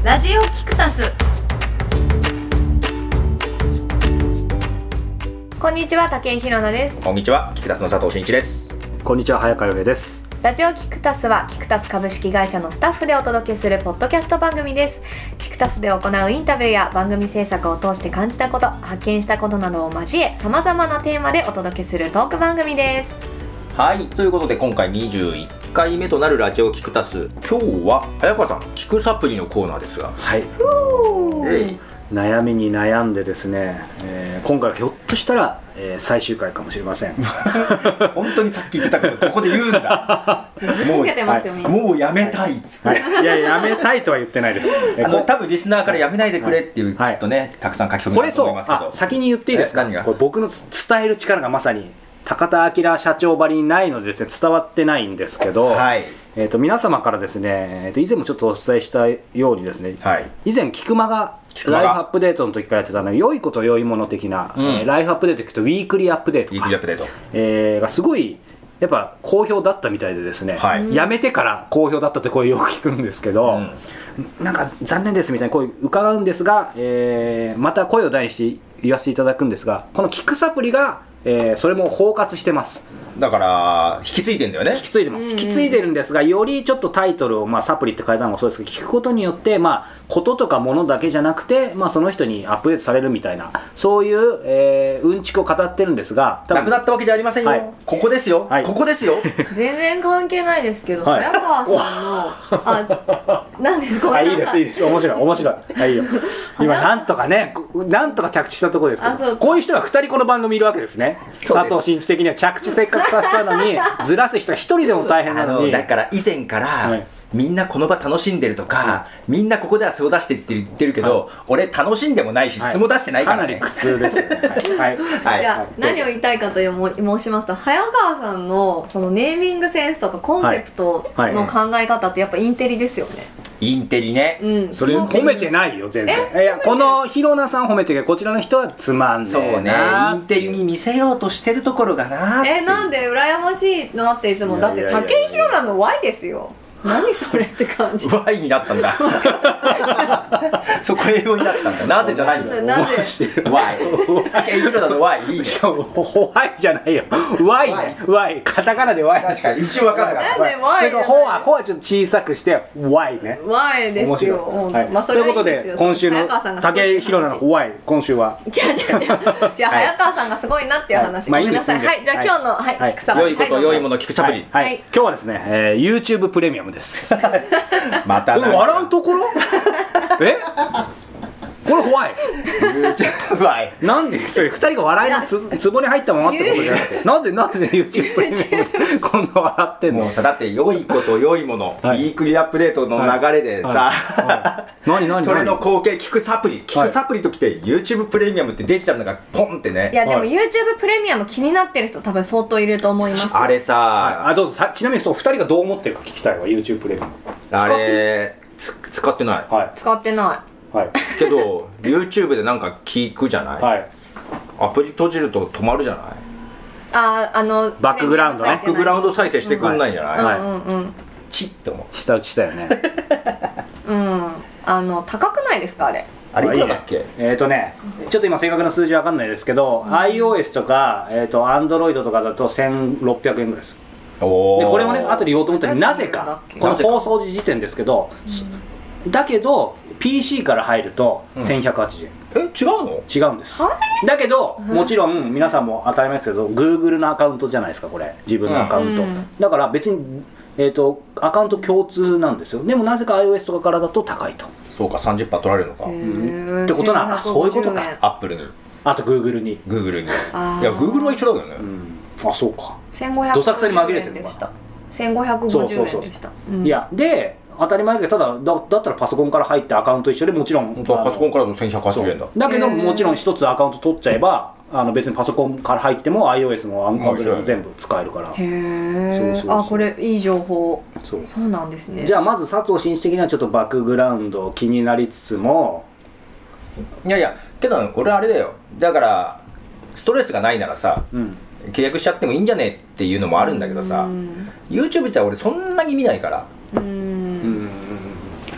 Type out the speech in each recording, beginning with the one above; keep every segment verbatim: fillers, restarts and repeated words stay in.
ラジオキクタス。こんにちは、武井宏奈です。 こんにちは、キクタスの佐藤真一です。 こんにちは、早川洋平です。 ラジオキクタスはキクタス株式会社のスタッフでお届けするポッドキャスト番組です。キクタスで行うインタビューや番組制作を通して感じたこと、発見したことなどを交え、様々なテーマでお届けするトーク番組です。 はい、ということで今回にじゅういっかいめとなるラジオキクタス。今日は早川さん、キクサプリのコーナーですが、 はい、 えい悩みに悩んでですね、えー、今回はひょっとしたら、えー、最終回かもしれません。 本当にさっき言ってたけどここで言うんだ。 もう、ますよ、はい、 もうやめたいっつって、 はい、いややめたいとは言ってないです。 あの多分リスナーからやめないでくれっていう、はい、きっとね、たくさん書き込みだと思いますけど、 これそう、あ、先に言っていいですか。 何がこれ僕の伝える力がまさに高田明社長ばりにないのでですね、伝わってないんですけど、はい、えー、と皆様からですね、えー、と以前もちょっとお伝えしたようにですね、はい、以前菊間がライフアップデートの時からやってたの良いこと良いもの的な、うん、えー、ライフアップデート聞くとウィークリーアップデートか、ウィークリーアップデート、えー、がすごいやっぱ好評だったみたいでですね、はい、やめてから好評だったって声よく聞くんですけど、うん、なんか残念ですみたいな声伺うんですが、えー、また声を大にして言わせていただくんですが、このキクサプリが、えー、それも包括してます。 だから引き継いでんだよね。 引き継いでます。引き継いでるんですが、よりちょっとタイトルを、まあ、サプリって変えたのもそうですけど、聞くことによって、まあ、こととかものだけじゃなくて、まあ、その人にアップデートされるみたいな、そういう、えー、うんちくを語ってるんですが、 なくなったわけじゃありませんよ、はい、ここですよ、はい、ここですよ。 全然関係ないですけど、はい、早川さんのあ、なんですか、 あ、いいですいいです、面白い面白い、はい、いいよ。今なんとかね、なんとか着地したところですけど、こういう人がふたりこの番組いるわけですね。佐藤真一的には着地せっかくさせたのにずらす人がひとりでも大変なのに、 あのだから以前から、はい、みんなこの場楽しんでるとか、うん、みんなここでは素を出してって言ってるけど、はい、俺楽しんでもないし、はい、素も出してないからね。 かなり苦痛ですよね。はいはい、 いや、はい、何を言いたいかと申しますと、早川さんのそのネーミングセンスとかコンセプトの考え方ってやっぱインテリですよね。 インテリね、 うん、 それ褒めてないよ全然。いや、このひろなさん褒めてるけど、こちらの人はつまんねえな。 そうね、インテリに見せようとしてるところがな。 え、なんで羨ましいなっていつも。だって武井宏奈の Y ですよ。何それって感じ。 Y になったんだ。そこ英語になったんだ。なぜじゃないんだ。 なぜ Y。武井宏奈の Y いいね。 しかも Y じゃないよ。Y ね。Y。カタカナで Y。 確かに一瞬分からなかった。 なんで Y。 それとほはほはちょっと小さくして Y ね。 Y ですよ。 はい、まあそれはいいんですよ。ということで今週の武井宏奈の Y、今週は。 じゃあじゃあじゃあじゃあ早川さんがすごいなっていう話。ごめんなさい。はい。じゃあ今日のはいキクサプリ。 良いこと良いものキクサプリ。 はい。今日はですね、えー、YouTube プレミアムです。 またこれ笑うところえこれ怖い。なんでそれふたりが笑いのつつぼに入ったままってことじゃなくて、なんでなんで YouTube プレミアムでこんな笑ってんの。 もうさ、だって良いこと良いもの、はい、ウィークリーアップデートの流れでさ、はいはい、何何それの後継、キクサプリキクサプリときて YouTube プレミアムってデジタルのがポンってね。 いやでも YouTube プレミアム気になってる人多分相当いると思います。 あれさ、はい、 あ、どうぞさ。ちなみにそうふたりがどう思ってるか聞きたいわ。 YouTube プレミアムあれつ使ってない、 はい、 使ってない、 はい、 けど YouTube でなんか聞くじゃない、はい、アプリ閉じると止まるじゃない。 あ、あのバックグラウンドね。 バックグラウンド再生してくんないんじゃない、 はい、うんうんうん、 チッって思う。 下打ちしたよね。 うん、あの高くないですかあれ。 あれいくらだっけ。 えーとね、ちょっと今正確な数字わかんないですけど、うん、iOS とか、えーと Android とかだとせんろっぴゃくえんぐらいです。 おでこれもね後で言おうと思ったら、なぜかこの放送時時点ですけど、うん、だけど ピーシー から入るとせんひゃくはちじゅうえん、 うん、え違うの。 違うんです、はい、だけどもちろん皆さんも当たり前ですけど Google のアカウントじゃないですかこれ、自分のアカウント、うん、だから別に、えーとアカウント共通なんですよ。でもなぜか iOS とかからだと高いと。 そうか さんじゅっパーセント 取られるのか、 うん、ってことな。そういうことか。 アップルに、 あと Google に Google にいや Google は一緒だよね、 うん、あ、そうか。 せんごひゃくごじゅうえんどさくさに紛れてるのかな。 せんごひゃくごじゅうえんでした。そうそうそう、うん、 いやで当たり前ですけど、ただ だ, だったらパソコンから入ってアカウント一緒でもちろんパソコンからのせんひゃくはちじゅうえんだ。 だけどもちろん一つアカウント取っちゃえば、あの別にパソコンから入っても iOS も Android も全部使えるから。へえ。そうそうそう、あ、これいい情報。そうそうなんですね。 じゃあまず佐藤真一的にはちょっとバックグラウンド気になりつつも、 いやいやけど俺あれだよ、だからストレスがないならさ、うん、契約しちゃってもいいんじゃねっていうのもあるんだけどさ、 YouTube じゃ俺そんなに見ないから、うん、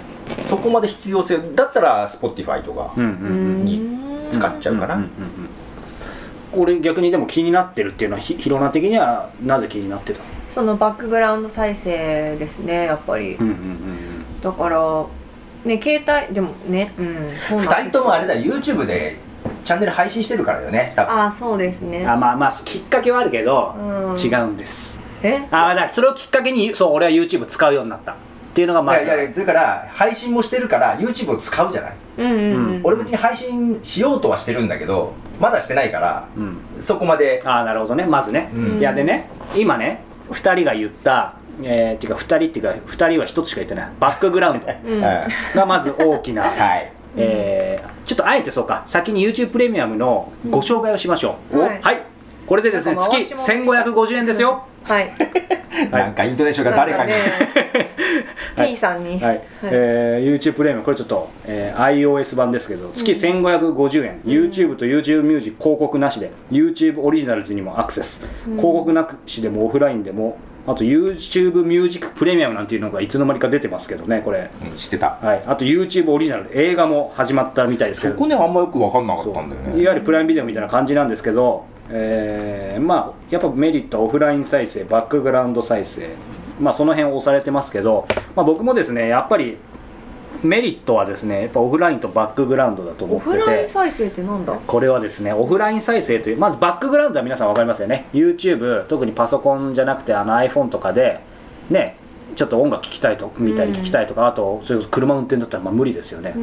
そこまで必要性だったら Spotify とかに使っちゃうかな。 これ逆にでも気になってるっていうのはひひろな的にはなぜ気になってたの？ そのバックグラウンド再生ですね、やっぱり、うんうんうん、だからね、携帯でもね、うん、そうなんですよ。ふたりともあれだ、 YouTube でチャンネル配信してるからだよね、多分。 ああ、そうですね。 あ、まあまあきっかけはあるけど、うん、違うんです。 えあ、だからそれをきっかけに、そう、俺は YouTube 使うようになったっていうのがまず。 いやいや、だから配信もしてるから YouTube を使うじゃない。うんうんうん、俺別に配信しようとはしてるんだけどまだしてないから、うん、そこまで。 ああ、なるほどね、まずね、うん、いやでね、今ねふたりが言った、えー、っていうかふたりっていうかふたりはひとつしか言ってないバックグラウンドがまず大きな、はい、えー、ちょっとあえてそうか、先に YouTube プレミアムのご紹介をしましょう、うん、はい、はい、これでですね月せんごひゃくごじゅうえんですよ、 うん、はいなんかイントネーションが誰かに、ね、 T さんに、 はいはい、えー、YouTube プレミアム、これちょっと、えー、iOS 版ですけど月せんごひゃくごじゅうえん、うん、YouTube と YouTube ミュージック広告なしで YouTube オリジナルズにもアクセス、うん、広告なしでもオフラインでも、あと YouTube ミュージックプレミアムなんていうのがいつの間にか出てますけどね、これ、 うん、知ってた、 はい、あと YouTube オリジナル映画も始まったみたいですけど、 そこねあんまよく分かんなかったんだよね。 いわゆるプライムビデオみたいな感じなんですけど、えー、まあやっぱメリットはオフライン再生、バックグラウンド再生、まあその辺押されてますけど、まあ、僕もですねやっぱりメリットはですねやっぱオフラインとバックグラウンドだと思ってて。 オフライン再生ってなんだ？ これはですねオフライン再生という、まずバックグラウンドは皆さん分かりますよね。 YouTube 特にパソコンじゃなくてあの iPhone とかでねちょっと音楽聴きたいと見たり聴きたいとか、うん、あとそれこそ車運転だったらまあ無理ですよね、うん、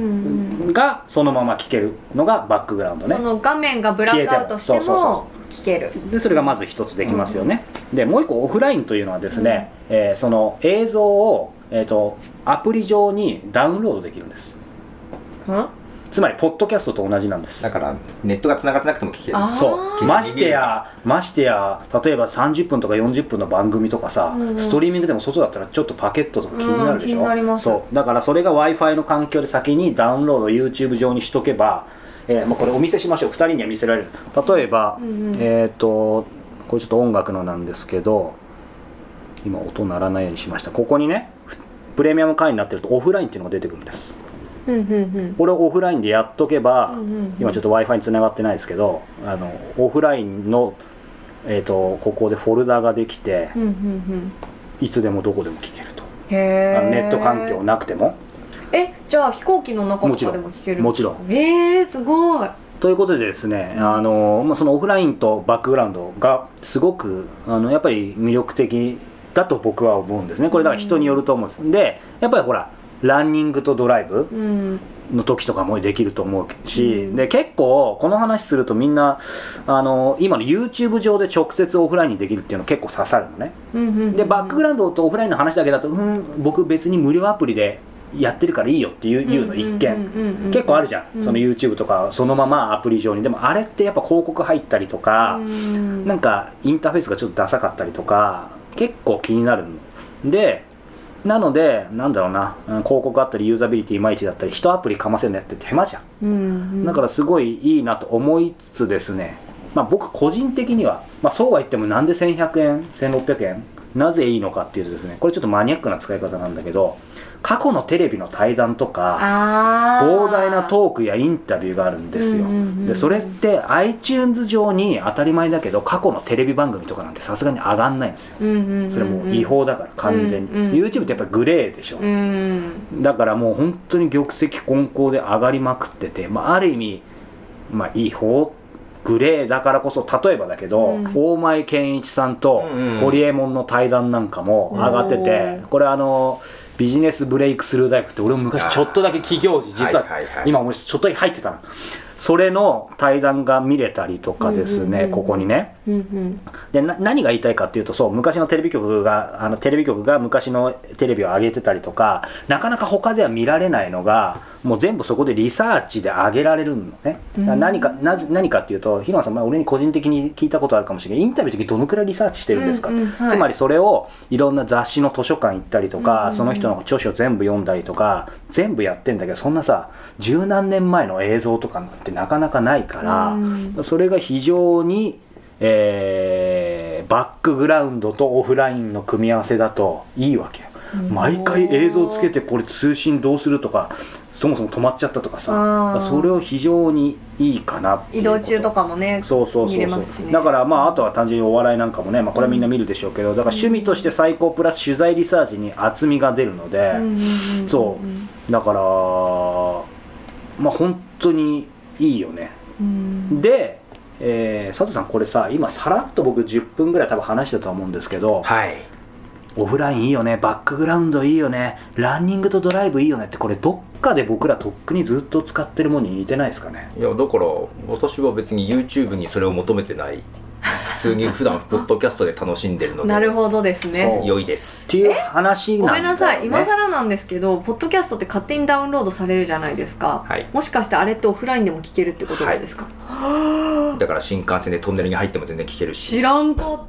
がそのまま聴けるのがバックグラウンドね。 その画面がブラックアウトしても聴ける。 でそれがまず一つできますよね、うん、でもう一個オフラインというのはですね、うん、えー、その映像を、えーと、アプリ上にダウンロードできるんです。 はつまりポッドキャストと同じなんです。 だからネットがつながってなくても聞ける。 そうましてやましてや例えばさんじゅっぷんとかよんじゅっぷんの番組とかさ、うん、ストリーミングでも外だったらちょっとパケットとか気になるでしょ、うん、気になります。そうだからそれが Wi-Fi の環境で先にダウンロード YouTube 上にしとけば、えーまあ、これお見せしましょう。ふたりには見せられる。例えば、うんうん、えっ、ー、とこれちょっと音楽のなんですけど今音鳴らないようにしました。ここにねプレミアム会員になってるとオフラインっていうのが出てくるんです。 うんうんうん、 これをオフラインでやっとけば、 うんうんうん、 今ちょっと Wi-Fi につながってないですけどあのオフラインの、えー、とここでフォルダができて、 うんうんうん、 いつでもどこでも聞けると。 へー、 ネット環境なくても。 えじゃあ飛行機の中とかでも聞けるんですか？ もちろん。 えー、すごい。 ということでですね、あのまあ、そのオフラインとバックグラウンドがすごくあのやっぱり魅力的だと僕は思うんですね。これだから人によると思うんです。でやっぱりほらランニングとドライブの時とかもできると思うし、うん、で結構この話するとみんなあの今の YouTube 上で直接オフラインにできるっていうの結構刺さるのね、 うんうんうんうん、 でバックグラウンドとオフラインの話だけだとうん僕別に無料アプリでやってるからいいよっていう、いうの一見結構あるじゃん、うん、その YouTube とかそのままアプリ上に。でもあれってやっぱ広告入ったりとか、うん、なんかインターフェースがちょっとダサかったりとか結構気になるので、なのでなんだろうな広告あったりユーザビリティいまいちだったり一アプリかませるのやって手間じゃん、 うんうん、 だからすごいいいなと思いつつですね、まあ、僕個人的には、まあ、そうは言ってもなんでせんひゃくえんせんろっぴゃくえんなぜいいのかっていうとですね、これちょっとマニアックな使い方なんだけど過去のテレビの対談とか膨大なトークやインタビューがあるんですよ、うんうんうん、でそれって iTunes 上に当たり前だけど過去のテレビ番組とかなんてさすがに上がんないんですよ、 うんうんうん、 それもう違法だから完全に、うんうん、YouTube ってやっぱりグレーでしょ、 うん、 だからもう本当に玉石混交で上がりまくってて、まあ、ある意味、まあ、違法グレーだからこそ例えばだけど、うん、大前健一さんとホリエモンの対談なんかも上がってて、うん、これあのビジネスブレイクスルー大学って俺も昔ちょっとだけ企業時実は今もちょっとだけ入ってたの、それの対談が見れたりとかですね、うんうんうん、ここにね、 うんうん、 でな何が言いたいかっていうと、そう昔のテレビ局があのテレビ局が昔のテレビを上げてたりとかなかなか他では見られないのがもう全部そこでリサーチで上げられるのね、うん、何かな何かっていうと、平野さん、まあ、俺に個人的に聞いたことあるかもしれない、インタビューの時どのくらいリサーチしてるんですか、 うんうんはい、 つまりそれをいろんな雑誌の図書館行ったりとか、うんうん、その人の著書全部読んだりとか全部やってんだけど、そんなさ十何年前の映像とかってなかなかないから、うん、それが非常に、えー、バックグラウンドとオフラインの組み合わせだといいわけよ。 毎回映像つけてこれ通信どうするとか、そもそも止まっちゃったとかさ、それを非常にいいかなっていうこと。 移動中とかもね、 そうそうそうそう、見れますしね。だからまああとは単純にお笑いなんかもね、まあ、これはみんな見るでしょうけど、だから趣味として最高プラス取材リサーチに厚みが出るので、そうだからまあ本当にいいよね。で、えー、佐藤さんこれさ、今さらっと僕じゅっぷんぐらい多分話したと思うんですけど、 はい、 オフラインいいよね、バックグラウンドいいよね、ランニングとドライブいいよねって、これどっかで僕らとっくにずっと使ってるものに似てないですかね。 いやだから私は別に YouTube にそれを求めてない、普通に普段ポッドキャストで楽しんでるのでなるほどですね、 良いですっていう話なんだよね。 ごめんなさい、今更なんですけど、ポッドキャストって勝手にダウンロードされるじゃないですか、はい、もしかしてあれってオフラインでも聞けるってことなんですか？ はい、だから新幹線でトンネルに入っても全然聞けるし。 知らんかった。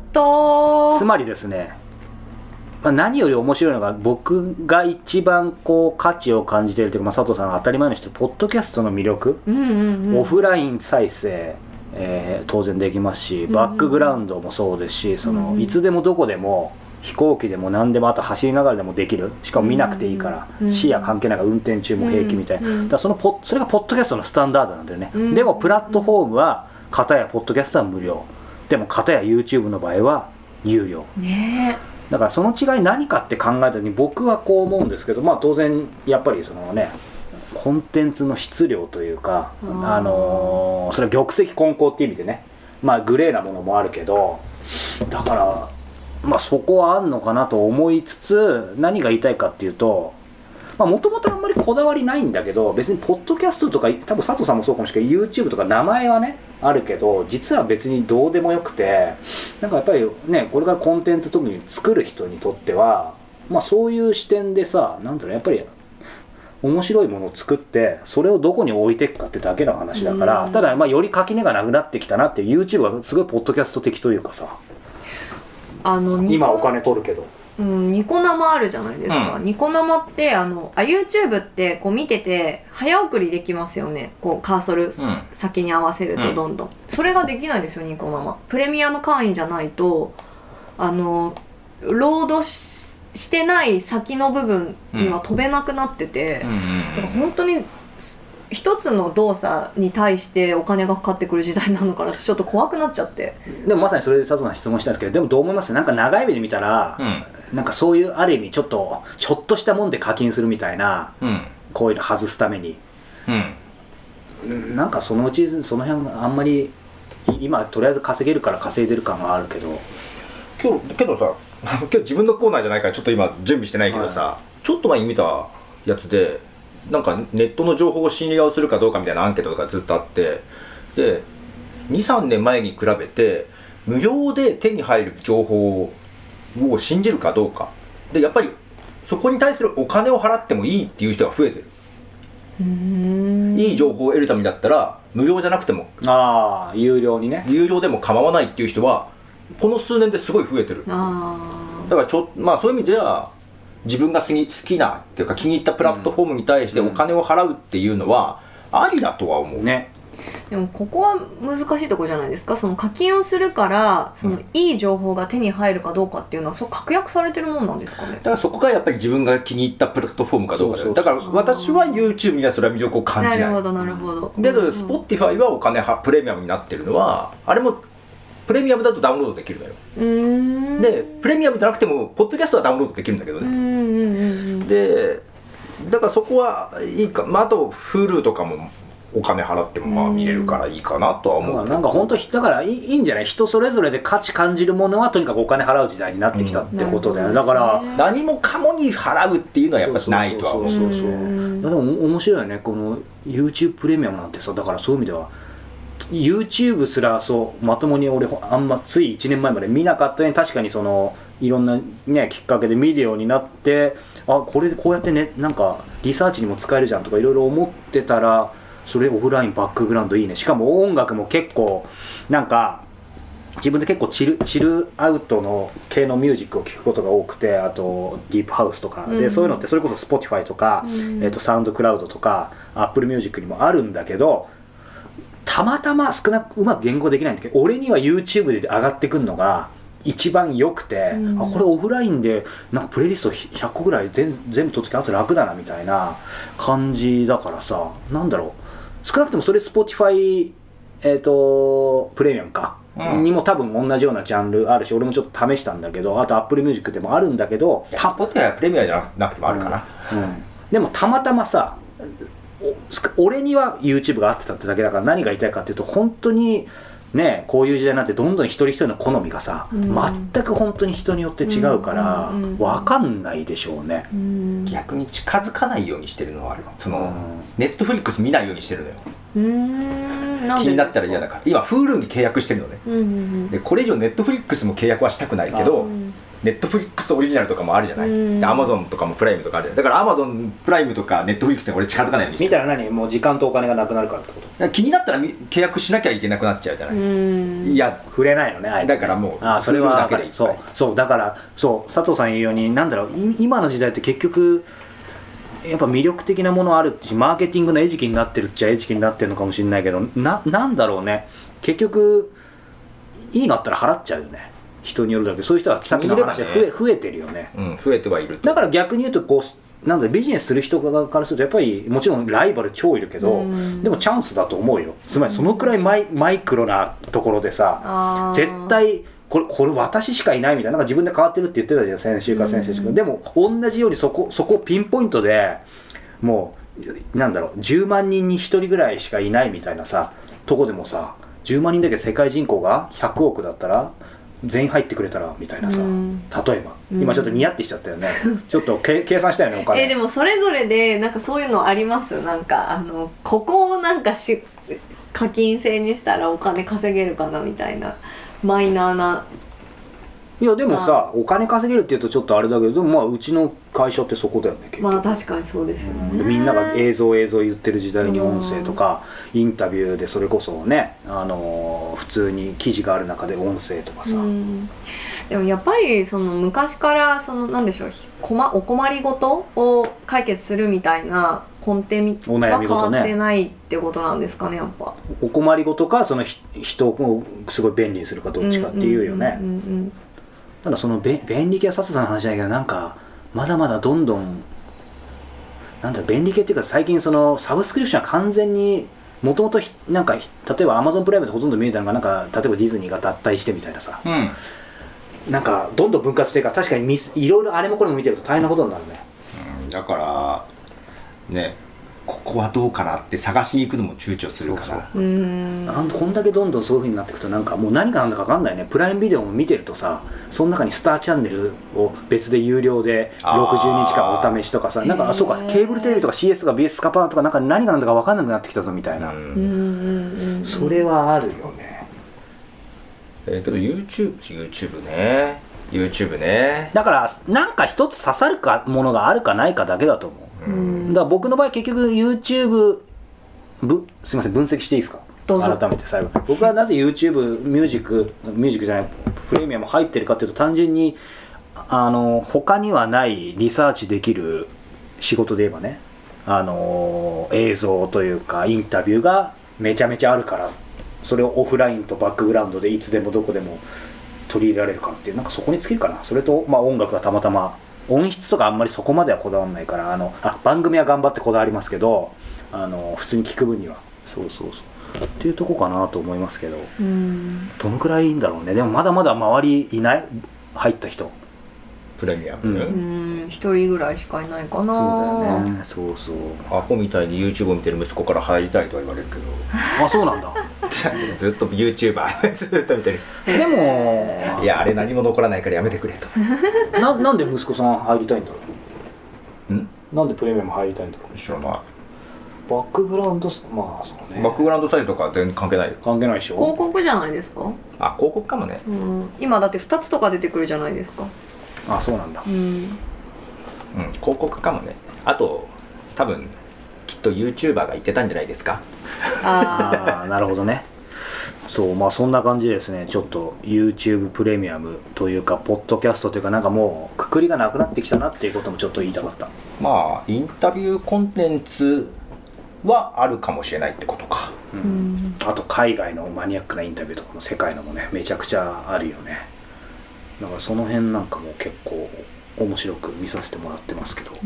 つまりですね、まあ、何より面白いのが、僕が一番こう価値を感じているというか、まあ、佐藤さんが当たり前にしてポッドキャストの魅力、うんうんうん、オフライン再生、えー、当然できますし、バックグラウンドもそうですし、そのいつでもどこでも飛行機でも何でも、あと走りながらでもできる、しかも見なくていいから、うん、視野関係ないから運転中も平気みたいな、うん、だからそのポそれがポッドキャストのスタンダードなんだよね、うん、でもプラットフォームは片やポッドキャストは無料でも片や YouTube の場合は有料、ね、だからその違い何かって考えた時に僕はこう思うんですけど、まあ当然やっぱりそのねコンテンツの質量というか、あのー、それは玉石混交っていう意味でね、まあグレーなものもあるけど、だからまあそこはあんのかなと思いつつ、何が言いたいかっていうと、もともとあんまりこだわりないんだけど、別にポッドキャストとか多分佐藤さんもそうかもしれないけど YouTube とか名前はねあるけど、実は別にどうでもよくて、なんかやっぱりねこれからコンテンツ特に作る人にとっては、まあそういう視点でさ、なんだろう、やっぱり面白いものを作ってそれをどこに置いていくかってだけの話だから、ただまあより垣根がなくなってきたなっていう、 YouTube はすごいポッドキャスト的というかさ、あの今お金取るけど、 うん、ニコ生あるじゃないですか、うん、ニコ生ってあのあ YouTube ってこう見てて早送りできますよね、こうカーソル先に合わせるとどんどん、うん、それができないんですよニコ生。プレミアム会員じゃないとあのロード し, してない先の部分には飛べなくなってて、うん、だから本当に一つの動作に対してお金がかかってくる時代なのかなってちょっと怖くなっちゃって。 でもまさにそれで佐藤さん質問したんですけど、でもどう思います？なんか長い目で見たら、うん、なんかそういうある意味ちょっとちょっとしたもんで課金するみたいな、うん、こういうの外すために、うん、なんかそのうちその辺あんまり今とりあえず稼げるから稼いでる感があるけど、 今日けどさ今日自分のコーナーじゃないからちょっと今準備してないけどさ、はい、ちょっと前に見たやつでなんかネットの情報を信用するかどうかみたいなアンケートとかずっとあって、で にさんねんまえに比べて無料で手に入る情報を信じるかどうかで、やっぱりそこに対するお金を払ってもいいっていう人が増えてる。うーん、いい情報を得るためだったら無料じゃなくても、 ああ有料にね、 有料でも構わないっていう人はこの数年ですごい増えてる。あだからちょ、まあ、そういう意味では自分が好きなっていうか気に入ったプラットフォームに対してお金を払うっていうのはありだとは思う、ね。 でもここは難しいところじゃないですか。その課金をするからそのいい情報が手に入るかどうかっていうのはそう確約されてるもんなんですかね。 だからそこがやっぱり自分が気に入ったプラットフォームかどうかだよ。だから私は YouTube にはそれは魅力を感じない。 なるほどなるほど。 だけど Spotify はお金はプレミアムになってるのはあれもプレミアムだとダウンロードできるのよ。うーんでプレミアムじゃなくてもポッドキャストはダウンロードできるんだけどね。うんうんうん、でだからそこはいいか、まあ、あと Hulu とかもお金払ってもまあ見れるからいいかなとは思うけど、 なんか本当だからいい、いいんじゃない、人それぞれで価値感じるものはとにかくお金払う時代になってきたってことだよ、うん、だから何もかもに払うっていうのはやっぱりないとは思う。そうそうそうそう。 いやでも面白いよねこの YouTube プレミアムなんてさ。だからそういう意味ではYouTube すらそうまともに俺あんまついいちねんまえまで見なかったのに、確かにそのいろんな、ね、きっかけで見るようになって、あこれでこうやってねなんかリサーチにも使えるじゃんとかいろいろ思ってたら、それオフラインバックグラウンドいいね。しかも音楽も結構なんか自分で結構チル、チルアウトの系のミュージックを聴くことが多くて、あとディープハウスとかで、うん、そういうのってそれこそ Spotify とか、うんえー、とサウンドクラウドとか Apple Music にもあるんだけど、たまたま少なくうまく言語できないんだけど、俺には YouTube で上がってくるのが一番良くて、うん、あこれオフラインでなんかプレイリストひゃっこぐらい全全部取ってきてあと楽だなみたいな感じだからさ、なんだろう、少なくともそれ Spotify えっとプレミアムか、うん、にも多分同じようなジャンルあるし、俺もちょっと試したんだけど、あと Apple Music でもあるんだけど、 Spotify はプレミアムじゃなくてもあるかな、 うんうん、でもたまたまさ俺には YouTube が合ってたってだけだから、何が言いたいかっていうと、本当にね、こういう時代になってどんどん一人一人の好みがさ、うん、全く本当に人によって違うから、うんうん、分かんないでしょうね、うん、 逆に近づかないようにしてるのはある。その、うん、Netflix 見ないようにしてるのよ。うーん、なんで気になったら嫌だから。今 Hulu に契約してるのね、うんうんうん、でこれ以上 Netflix も契約はしたくないけど、ネットフリックスオリジナルとかもあるじゃない、で Amazon とかもプライムとかある。だから Amazon プライムとかネットフリックスに俺近づかないようにしてる。 見たら何、もう時間とお金がなくなるからってこと？ 気になったら契約しなきゃいけなくなっちゃうじゃない。うんいや触れないのね、あえてね。 だからもうあそれはだけでいい。そうそうだからそう佐藤さん言うように、なんだろう、今の時代って結局やっぱ魅力的なものあるし、マーケティングの餌食になってるっちゃ餌食になってるのかもしれないけど、ななんだろうね、結局いいのあったら払っちゃうよね。人によるだけど、そういう人はさっきの話で増え、ね、増えてるよね、 うん、増えてはいる。 だから逆に言うとこう、なんだろう、ビジネスする人からするとやっぱりもちろんライバル超いるけど、でもチャンスだと思うよ。つまりそのくらいマイ、マイクロなところでさ、絶対これ、これ私しかいないみたいな、なんか自分で変わってるって言ってたじゃん、先週か先々週か、でも同じようにそこ、そこをピンポイントでもうなんだろう、じゅうまんにんにひとりぐらいしかいないみたいなさとこでもさ、じゅうまんにんだけど世界人口がひゃくおくだったら全員入ってくれたらみたいなさ、うん、例えば、うん、今ちょっとニヤってしちゃったよねちょっとけ計算したよね、お金。 えー、でもそれぞれでなんかそういうのあります？なんかあのここをなんかし課金制にしたらお金稼げるかなみたいなマイナーな。 いやでもさ、お金稼げるって言うとちょっとあれだけど、でもまあうちの会社ってそこだよね結局。 まあ確かにそうですよね、 うん、みんなが映像映像言ってる時代に音声とか、インタビューでそれこそね、あのー、普通に記事がある中で音声とかさ、うん、 でもやっぱりその昔からそのなんでしょう、お困りごとを解決するみたいな根底は変わってないってことなんですかね、やっぱ。 お困りごとかその人をすごい便利にするかどっちかっていうよね。ただその便利系は佐藤さんの話だけど、なんかまだまだどんどんなんだろう、便利系っていうか最近そのサブスクリプションは完全にもともとなんか例えば Amazon プライムでほとんど見えたのが、なんか例えばディズニーが脱退してみたいなさ、うん、なんかどんどん分割してるから、確かにミスいろいろあれもこれも見てると大変なことになるね、 うん、だからね、ここはどうかなって探しに行くのも躊躇するから。そうそう、うーん、なんこんだけどんどんそういう風になっていくと、なんかもう何が何だか分かんないね。プライムビデオも見てるとさ、その中にスターチャンネルを別で有料でろくじゅうにちかんお試しとかさ、なんかそうかケーブルテレビとか シーエス とか ビーエス カパーとか、なんか何が何だか分かんなくなってきたぞみたいな、うんそれはあるよね。 えー、けど YouTube, YouTube ね YouTube ねだからなんか一つ刺さるかものがあるかないかだけだと思う。うん、だから僕の場合結局 YouTube ぶすみません分析していいですか。 どうぞ。 改めて最後、僕はなぜ YouTube ミュージックミュージックじゃないプレミアム入ってるかっていうと、単純にあの他にはないリサーチできる仕事で言えばね、あの映像というかインタビューがめちゃめちゃあるから、それをオフラインとバックグラウンドでいつでもどこでも取り入れられるからっていう、なんかそこに尽きるかな。それと、まあ、音楽がたまたま音質とかあんまりそこまではこだわらないから、あのあ番組は頑張ってこだわりますけど、あの普通に聞く分にはそうそうそうっていうとこかなと思いますけど、うん、どのくらいいいんだろうね。でもまだまだ周りいない入った人プレミアム、 うん、一人ぐらいしかいないかな。 そうだよね。そうそう、 アホみたいに YouTube を見てる息子から入りたいとは言われるけどあ、そうなんだずっと YouTuber ずっと見てる。 でもいや、あれ何も残らないからやめてくれとな, なんで息子さん入りたいんだろう。 んなんでプレミアム入りたいんだろう。 知らない。 バックグラウンド、まあそうね、 バックグラウンドサイトとか全然関係ないよ。 関係ないでしょ。 広告じゃないですか。 あ、広告かもね、 うん、今だってふたつとか出てくるじゃないですか。 あ、そうなんだ、うん、うん、 広告かもね。あと多分きっと YouTuber が言ってたんじゃないですか。 ああなるほどね。そう、まあそんな感じですね。ちょっと YouTube プレミアムというかポッドキャストというか、なんかもうくくりがなくなってきたなっていうこともちょっと言いたかった。 まあインタビューコンテンツはあるかもしれないってことか、 うん、あと海外のマニアックなインタビューとかの世界のもね、めちゃくちゃあるよね。 だからその辺なんかも結構面白く見させてもらってますけど。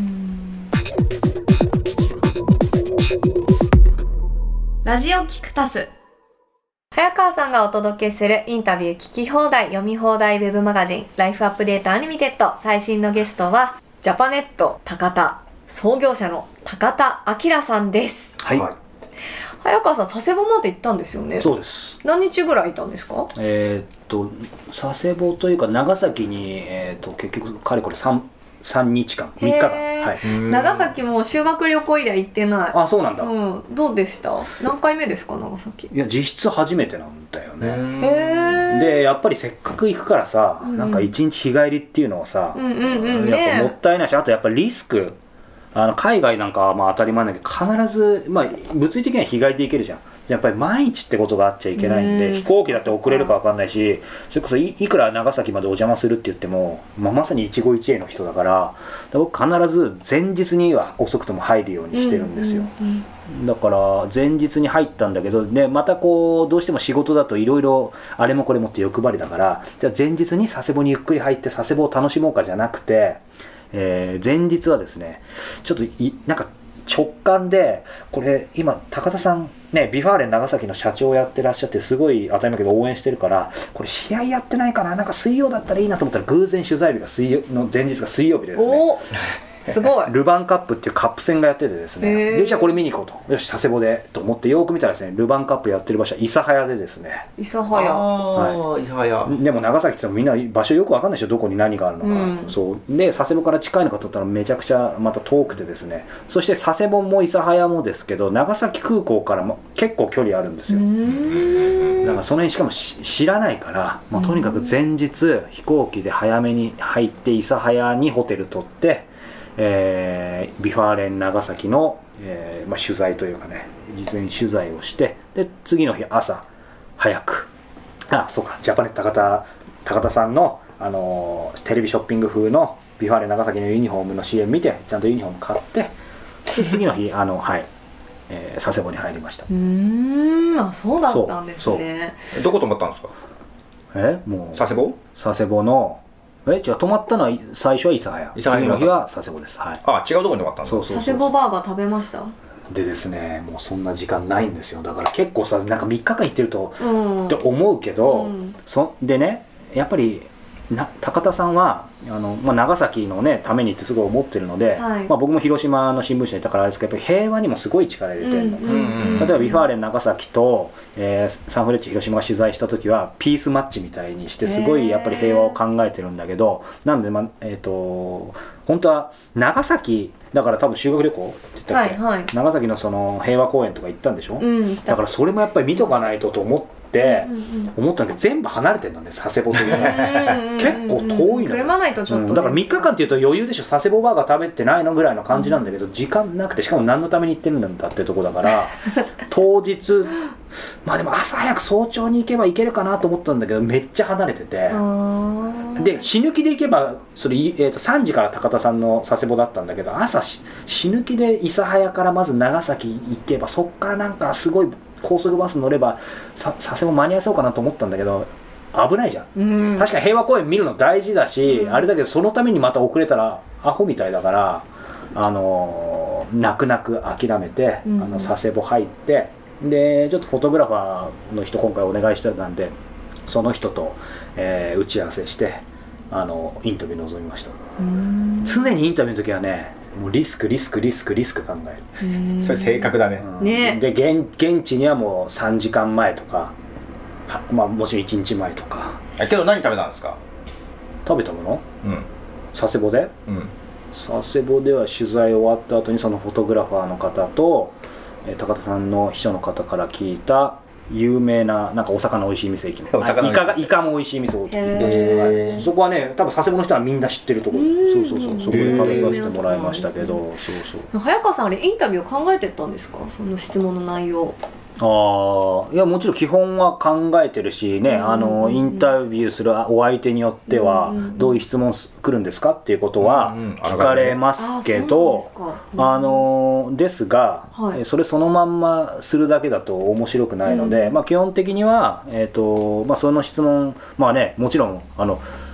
ラジオキクタス、早川さんがお届けするインタビュー聞き放題読み放題ウェブマガジンライフアップデートアニメテッド、最新のゲストはジャパネット高田創業者の高田明さんです。 はい、はい、 早川さん佐世保まで行ったんですよね。 そうです。 何日ぐらいいたんですか？ えー、っと佐世保というか長崎に、えー、っと結局かれこれ 3, 3日間みっかかん、はい、 長崎も修学旅行以来行ってない。 あ、そうなんだ、 うん、どうでした？何回目ですか長崎？ いや実質初めてなんだよね。 へー。 でやっぱりせっかく行くからさ、うん、なんか一日日帰りっていうのはさ、 うんうんうん、 やっぱもったいないし、あとやっぱりリスク、あの海外なんかはまあ当たり前だけど必ず、まあ、物理的には日帰りで行けるじゃん。やっぱり毎日ってことがあっちゃいけないんで、飛行機だって遅れるか分かんないし、それこそ い, いくら長崎までお邪魔するって言っても、まあ、まさに一期一会の人だから、僕必ず前日には遅くとも入るようにしてるんですよ、うんうんうん、だから前日に入ったんだけど、でまたこうどうしても仕事だといろいろあれもこれもって欲張りだから、じゃあ前日に佐世保にゆっくり入って佐世保を楽しもうかじゃなくて、えー、前日はですねちょっといなんか直感で、これ今高田さんね、ビファーレン長崎の社長をやってらっしゃって、すごい当たり前だけど応援してるから、これ試合やってないかな、なんか水曜だったらいいなと思ったら、偶然取材日が水曜の前日が水曜日でですね、 おすごいルヴァンカップっていうカップ戦がやっててですね、でじゃあこれ見に行こうと、よし佐世保でと思ってよく見たらですね、ルヴァンカップやってる場所は諫早でですね、 諫早、 はい、諫早でも長崎ってみんな場所よく分かんないでしょ、どこに何があるのか、うん、そうで佐世保から近いのかと思ったらめちゃくちゃまた遠くてですね、そして佐世保も諫早もですけど長崎空港からも結構距離あるんですよ。うーん、だからその辺しかも知らないから、まあ、とにかく前日飛行機で早めに入って諫早にホテル取って、えー、ビファーレン長崎の、えーまあ、取材というかね、事前取材をして、で次の日朝早く、あそうかジャパネット高田高田さんの、あのー、テレビショッピング風のビファーレン長崎のユニフォームの シーエム 見て、ちゃんとユニフォーム買って、で次の日あのはい、えー、佐世保に入りました。 うーん、あそうだったんですね。 どこ泊まったんですか？ えもう佐世保？ 佐世保のえ違う、泊まったのは最初は諫早、次の日は佐世保です。はい、 あ違うところに泊まったんですか？ そうそうそう、 佐世保バーガー食べました？ でですね、もうそんな時間ないんですよ。だから結構さ、なんかみっかかん行ってると、うん、って思うけど、うん、そでね、やっぱりな高田さんはあの、まあ、長崎の、ね、ためにってすごい思ってるので、はい、まあ、僕も広島の新聞社にいたからあれですけど、やっぱり平和にもすごい力入れてるの、うんうんうん、例えばビファーレン長崎と、えー、サンフレッチェ広島が取材した時はピースマッチみたいにしてすごいやっぱり平和を考えてるんだけど、なので、まあえー、と本当は長崎だから多分修学旅行って言ったっけ、はいはい、長崎のその平和公園とか行ったんでしょ、うん、だからそれもやっぱり見とかないとと思ってって思ったんだけど、全部離れてるのね、佐世保というのは結構遠いの、 車ないとちょっと、ね、 うん、だからみっかかんっていうと余裕でしょ、佐世保バーガー食べてないのぐらいの感じなんだけど、うん、時間なくて、しかも何のために行ってるんだってとこだから当日まあでも朝早く早朝に行けば行けるかなと思ったんだけど、めっちゃ離れてて、で死ぬ気で行けばそれ、えー、とさんじから高田さんの佐世保だったんだけど、朝死ぬ気で諫早からまず長崎行けば、そっからなんかすごい高速バス乗れば佐世保間に合いそうかなと思ったんだけど、危ないじゃん、うん、確かに平和公園見るの大事だし、うん、あれだけどそのためにまた遅れたらアホみたいだから、あのー、泣く泣く諦めて、うん、あの佐世保入って、でちょっとフォトグラファーの人今回お願いしてたんで、その人と、えー、打ち合わせしてあのインタビュー臨みました。うん、常にインタビューの時はね、もうリスクリスクリスクリスク考える。 それ正確だね。 うん、ねで 現, 現地にはもうさんじかんまえとか、まあ、もちろんいちにちまえとか。 けど何食べたんですか？ 食べたもの、 うん、 佐世保で、うん、佐世保では取材終わった後にそのフォトグラファーの方と、えー、高田さんの秘書の方から聞いた有名ななんかお魚おいしい店行きます。イカがイカもおいしい店を行きました。そこはね、多分佐世保の人はみんな知ってるところ。そうそうそう、そこで食べさせてもらいましたけど、そうそう。 早川さんあれインタビュー考えてたんですか？その質問の内容。 ああ、いやもちろん基本は考えてるしね、あのインタビューするお相手によってはどういう質問来るんですかっていうことは聞かれますけど、あのですが、はい、それそのまんまするだけだと面白くないので、うん、まあ基本的にはえっとまあその質問、まあね、もちろんあの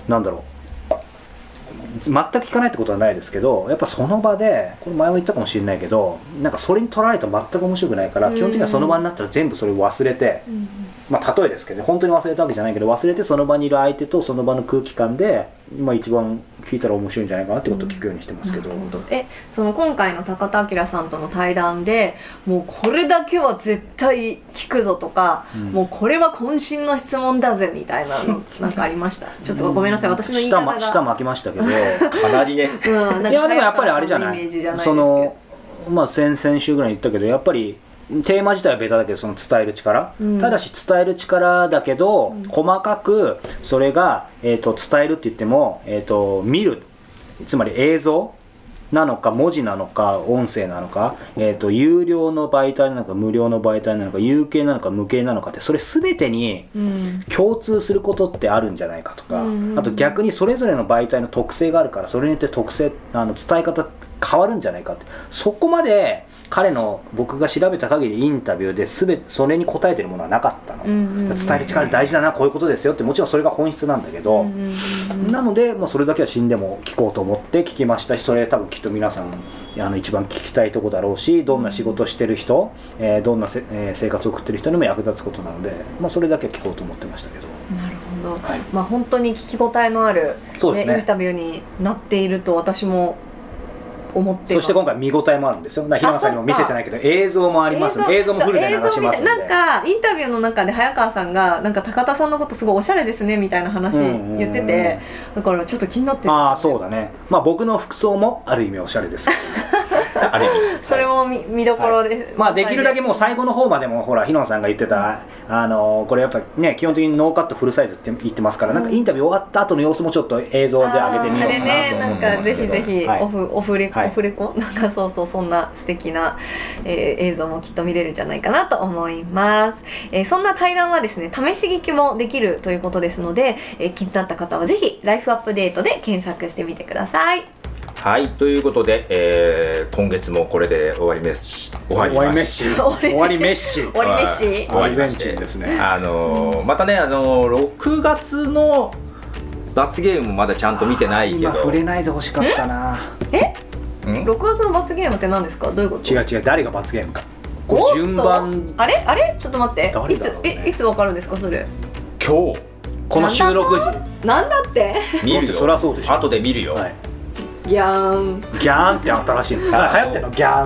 なんだろう全く聞かないってことはないですけど、やっぱその場でこれ前も言ったかもしれないけど、なんかそれに取られたら全く面白くないから、基本的にはその場になったら全部それを忘れて、うん、まあ例えですけど、ね、本当に忘れたわけじゃないけど忘れてその場にいる相手とその場の空気感で、まあ、一番聞いたら面白いんじゃないかなってことを聞くようにしてますけど、うん、 えその今回の高田明さんとの対談でもうこれだけは絶対聞くぞとか、うん、もうこれは渾身の質問だぜみたいなのなんかありました？ちょっとごめんなさい、私の言い方が下巻きましたけどかなりね、 うん、いやでもやっぱりあれじゃない、そのまあ先々週ぐらい言ったけど、やっぱりテーマ自体はベタだけどその伝える力、うん、ただし伝える力だけど、うん、細かくそれが、えー、と伝えるって言っても、えー、と見る、つまり映像なのか文字なのか音声なのか、えー、と有料の媒体なのか無料の媒体なのか有形なのか無形なのかって、それ全てに共通することってあるんじゃないかとか、うん、あと逆にそれぞれの媒体の特性があるから、それによって特性あの伝え方変わるんじゃないかって、そこまで彼の僕が調べた限りインタビューで全てそれに答えてるものはなかったの、うんうんうん、伝える力大事だな、こういうことですよって、もちろんそれが本質なんだけど、うんうんうん、なので、まあ、それだけは死んでも聞こうと思って聞きましたし、それ多分きっと皆さんあの一番聞きたいとこだろうし、どんな仕事してる人、えー、どんなせ、えー、生活を送ってる人にも役立つことなので、まあ、それだけは聞こうと思ってましたけど。 なるほど、はい、まあ、本当に聞き応えのある、ねね、インタビューになっていると私も思ってます。 そして今回見応えもあるんですよ。平野さんにも見せてないけど映像もありますので、映像もフルで流しますので、 なんかインタビューの中で早川さんがなんか高田さんのことすごいおしゃれですねみたいな話言ってて、だからちょっと気になってるんですよね。 ああそうだね、まあ僕の服装もある意味おしゃれですある意味それも 見, 見どころで、はい、 まあできるだけもう最後の方までもほら平野さんが言ってた、うん、あのこれやっぱね基本的にノーカットフルサイズって言ってますから、うん、なんかインタビュー終わった後の様子もちょっと映像で上げてみようかなと思ってますけど、あれね、なんかぜひぜひ、はい、オフオフレコ、はい、オフレコなんかそうそう、そんな素敵な、えー、映像もきっと見れるんじゃないかなと思います、えー、そんな対談はですね試し聞きもできるということですので、えー、気になった方はぜひライフアップデートで検索してみてください。 はい、ということで、えー、今月もこれで終わりメッシ終わりメッシ終わりメッシ終わりメッシ終わりメッシですね。 あのー、またね、あのー、ろくがつの罰ゲームもまだちゃんと見てないけど、 今触れないでほしかったな。 えろくがつの罰ゲームって何ですか？どういうこと？ 違う違う、誰が罰ゲームか、これ順番、 あれあれちょっと待って、ね、いつえいつわかるんですかそれ？ 今日この収録時なんだって見るよ、 そりゃそうでしょ、 後で見るよ、はい、 ギャーンギャーンって新しいんですさあ流行ってるのギャーン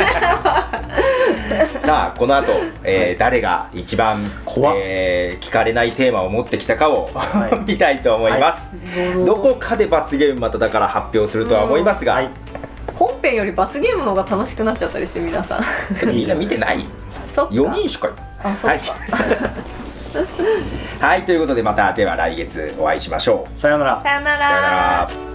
ってさあこの後、えーはい、誰が一番、えー、聞かれないテーマを持ってきたかを、はい、見たいと思います、はい、どこかで罰ゲームまただから発表するとは思いますが、はい、 本編より罰ゲームの方が楽しくなっちゃったりして、皆さんみんな見てないそっかよにんしかあ、そっか、はいはい、ということでまたでは来月お会いしましょう。さよなら。 さよなら。